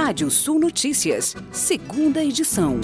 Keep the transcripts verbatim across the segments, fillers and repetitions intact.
Rádio Sul Notícias, segunda edição.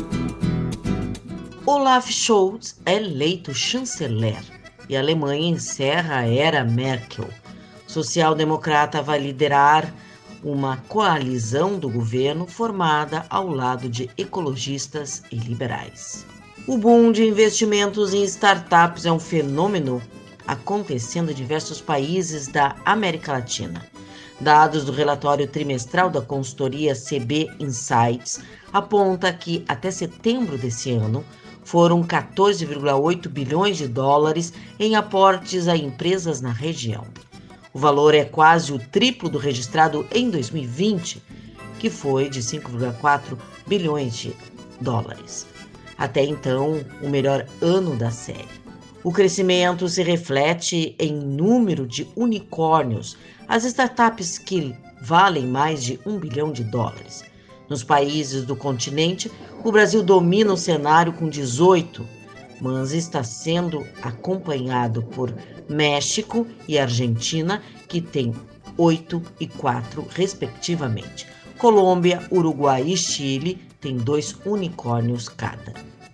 Olaf Scholz é eleito chanceler e a Alemanha encerra a era Merkel. Social-democrata vai liderar uma coalizão do governo formada ao lado de ecologistas e liberais. O boom de investimentos em startups é um fenômeno acontecendo em diversos países da América Latina. Dados do relatório trimestral da consultoria C B Insights apontam que até setembro desse ano foram quatorze vírgula oito bilhões de dólares em aportes a empresas na região. O valor é quase o triplo do registrado em dois mil e vinte, que foi de cinco vírgula quatro bilhões de dólares. Até então, o melhor ano da série. O crescimento se reflete em número de unicórnios, as startups que valem mais de um bilhão de dólares. Nos países do continente, o Brasil domina o cenário com dezoito, mas está sendo acompanhado por México e Argentina, que têm oito e quatro, respectivamente. Colômbia, Uruguai e Chile têm dois unicórnios cada.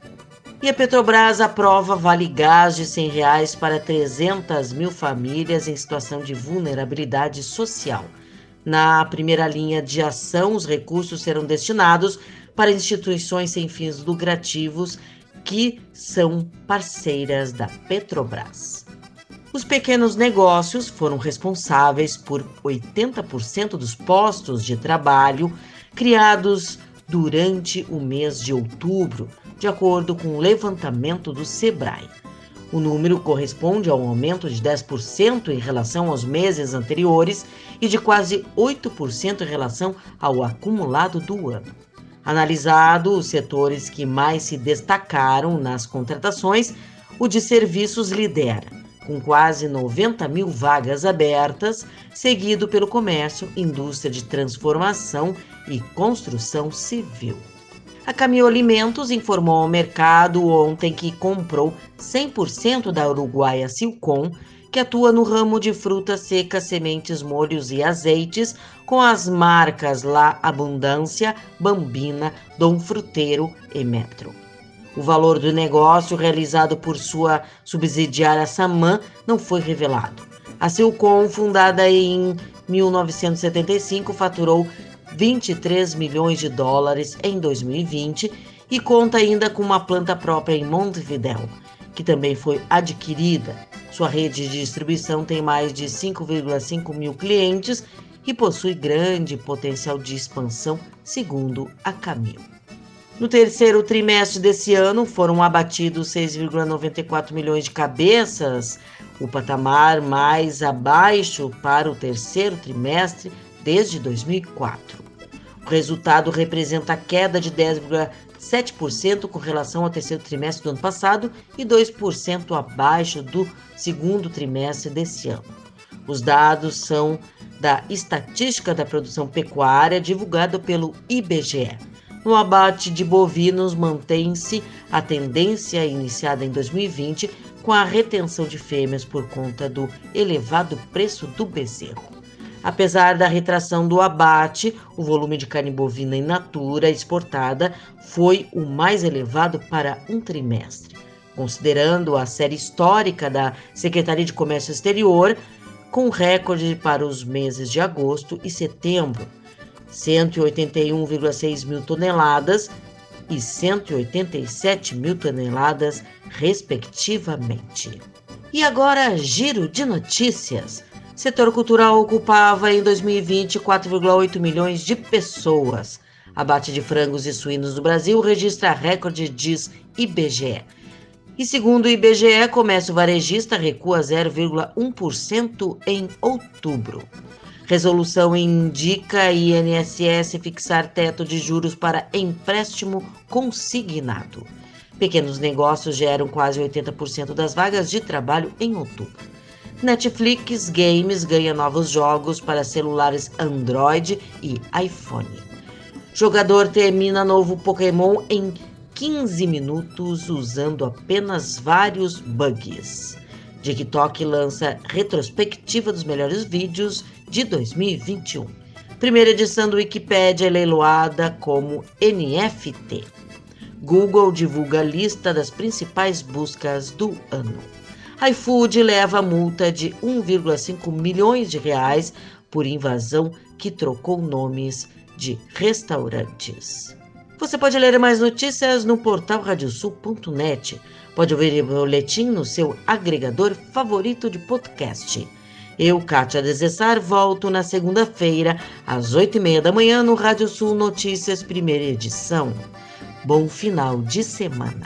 E a Petrobras aprova Vale Gás de cem reais para trezentas mil famílias em situação de vulnerabilidade social. Na primeira linha de ação, os recursos serão destinados para instituições sem fins lucrativos que são parceiras da Petrobras. Os pequenos negócios foram responsáveis por oitenta por cento dos postos de trabalho criados durante o mês de outubro, de acordo com o levantamento do Sebrae. O número corresponde a um aumento de dez por cento em relação aos meses anteriores e de quase oito por cento em relação ao acumulado do ano. Analisado os setores que mais se destacaram nas contratações, o de serviços lidera, com quase noventa mil vagas abertas, seguido pelo comércio, indústria de transformação e construção civil. A Camil Alimentos informou ao mercado ontem que comprou cem por cento da uruguaia Silcom, que atua no ramo de frutas secas, sementes, molhos e azeites, com as marcas La Abundância, Bambina, Dom Fruteiro e Metro. O valor do negócio realizado por sua subsidiária Saman não foi revelado. A Silcom, fundada em mil novecentos e setenta e cinco, faturou vinte e três milhões de dólares em dois mil e vinte e conta ainda com uma planta própria em Montevidéu, que também foi adquirida. Sua rede de distribuição tem mais de cinco vírgula cinco mil clientes e possui grande potencial de expansão, segundo a Camil. No terceiro trimestre desse ano, foram abatidos seis vírgula noventa e quatro milhões de cabeças, o patamar mais abaixo para o terceiro trimestre desde dois mil e quatro. O resultado representa a queda de dez vírgula sete por cento com relação ao terceiro trimestre do ano passado e dois por cento abaixo do segundo trimestre desse ano. Os dados são da Estatística da Produção Pecuária, divulgado pelo I B G E. No abate de bovinos, mantém-se a tendência iniciada em dois mil e vinte, com a retenção de fêmeas por conta do elevado preço do bezerro. Apesar da retração do abate, o volume de carne bovina in natura exportada foi o mais elevado para um trimestre. Considerando a série histórica da Secretaria de Comércio Exterior, com recorde para os meses de agosto e setembro, cento e oitenta e um vírgula seis mil toneladas e cento e oitenta e sete mil toneladas, respectivamente. E agora, giro de notícias. Setor cultural ocupava em dois mil e vinte quatro vírgula oito milhões de pessoas. Abate de frangos e suínos no Brasil registra recorde, diz I B G E. E segundo o I B G E, comércio varejista recua zero vírgula um por cento em outubro. Resolução indica I N S S fixar teto de juros para empréstimo consignado. Pequenos negócios geram quase oitenta por cento das vagas de trabalho em outubro. Netflix Games ganha novos jogos para celulares Android e iPhone. Jogador termina novo Pokémon em quinze minutos usando apenas vários bugs. TikTok lança retrospectiva dos melhores vídeos de dois mil e vinte e um. Primeira edição do Wikipédia é leiloada como N F T. Google divulga a lista das principais buscas do ano. iFood leva multa de um vírgula cinco milhões de reais por invasão que trocou nomes de restaurantes. Você pode ler mais notícias no portal radiosul ponto net. Pode ouvir o boletim no seu agregador favorito de podcast. Eu, Kátia Desessar, volto na segunda-feira, às oito e meia da manhã, no Rádio Sul Notícias, primeira edição. Bom final de semana.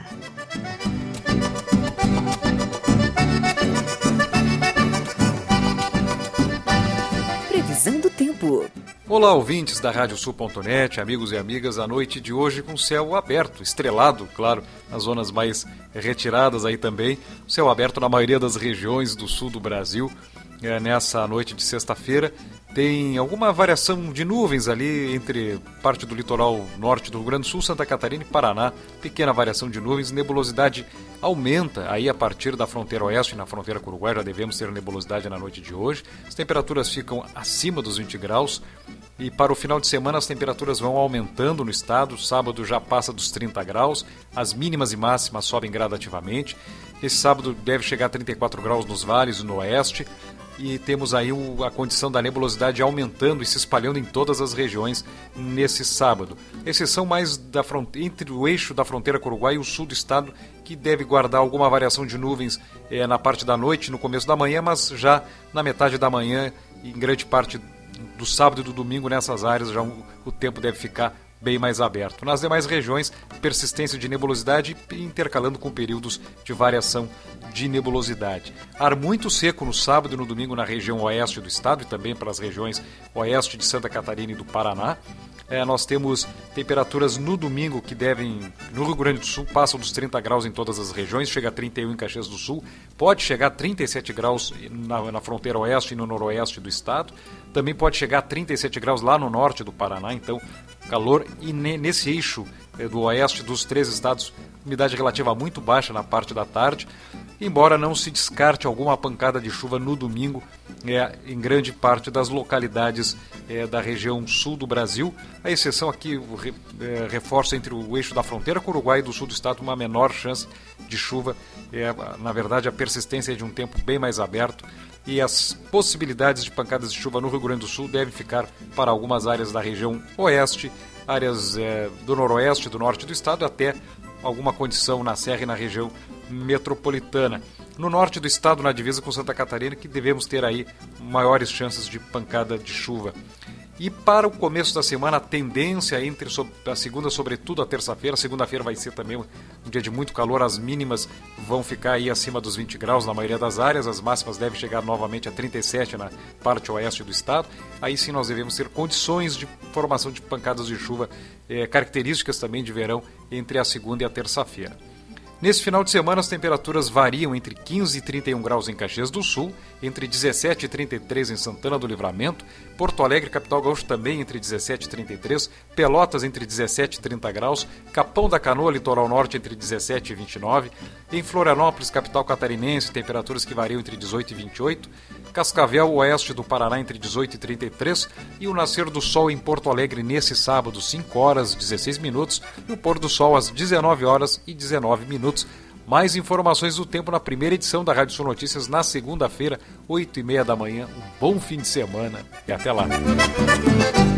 Previsão do tempo. Olá, ouvintes da rádio sul ponto net, amigos e amigas, a noite de hoje com céu aberto, estrelado, claro, nas zonas mais retiradas aí também, céu aberto na maioria das regiões do sul do Brasil, é, nessa noite de sexta-feira. Tem alguma variação de nuvens ali entre parte do litoral norte do Rio Grande do Sul, Santa Catarina e Paraná. Pequena variação de nuvens, nebulosidade aumenta aí a partir da fronteira oeste, na fronteira com o Uruguai já devemos ter nebulosidade na noite de hoje. As temperaturas ficam acima dos vinte graus e para o final de semana as temperaturas vão aumentando no estado. Sábado já passa dos trinta graus, as mínimas e máximas sobem gradativamente. Esse sábado deve chegar a trinta e quatro graus nos vales e no oeste. E temos aí o, a condição da nebulosidade aumentando e se espalhando em todas as regiões nesse sábado. Exceção mais da fronte, entre o eixo da fronteira com o Uruguai e o sul do estado, que deve guardar alguma variação de nuvens é, na parte da noite, no começo da manhã, mas já na metade da manhã e em grande parte do sábado e do domingo nessas áreas já o, o tempo deve ficar bem mais aberto. Nas demais regiões, persistência de nebulosidade intercalando com períodos de variação de nebulosidade. Ar muito seco no sábado e no domingo na região oeste do estado e também para as regiões oeste de Santa Catarina e do Paraná. É, nós temos temperaturas no domingo que devem, no Rio Grande do Sul, passam dos trinta graus em todas as regiões, chega a trinta e um em Caxias do Sul, pode chegar a trinta e sete graus na, na fronteira oeste e no noroeste do estado, também pode chegar a trinta e sete graus lá no norte do Paraná, então calor, e ne, nesse eixo é, do oeste dos três estados, umidade relativa muito baixa na parte da tarde, embora não se descarte alguma pancada de chuva no domingo é, em grande parte das localidades é, da região sul do Brasil. A exceção aqui é, reforça entre o eixo da fronteira com o Uruguai e do sul do estado uma menor chance de chuva. É, na verdade, a persistência é de um tempo bem mais aberto e as possibilidades de pancadas de chuva no Rio Grande do Sul devem ficar para algumas áreas da região oeste, áreas é, do noroeste, do norte do estado, até alguma condição na serra e na região metropolitana. No norte do estado, na divisa com Santa Catarina, que devemos ter aí maiores chances de pancada de chuva. E para o começo da semana, a tendência entre a segunda, sobretudo a terça-feira, segunda-feira vai ser também um dia de muito calor, as mínimas vão ficar aí acima dos vinte graus na maioria das áreas, as máximas devem chegar novamente a trinta e sete na parte oeste do estado. Aí sim nós devemos ter condições de formação de pancadas de chuva, eh, características também de verão entre a segunda e a terça-feira. Nesse final de semana, as temperaturas variam entre quinze e trinta e um graus em Caxias do Sul, entre dezessete e trinta e três em Santana do Livramento, Porto Alegre, capital gaúcho, também entre dezessete e trinta e três, Pelotas entre dezessete e trinta graus, Capão da Canoa, litoral norte, entre dezessete e vinte e nove, em Florianópolis, capital catarinense, temperaturas que variam entre dezoito e vinte e oito, Cascavel, oeste do Paraná, entre dezoito e trinta e três, e o nascer do sol em Porto Alegre nesse sábado, cinco horas e dezesseis minutos, e o pôr do sol às dezenove horas e dezenove minutos. Mais informações do tempo na primeira edição da Rádio Sul Notícias na segunda-feira, oito e meia da manhã. Um bom fim de semana e até lá.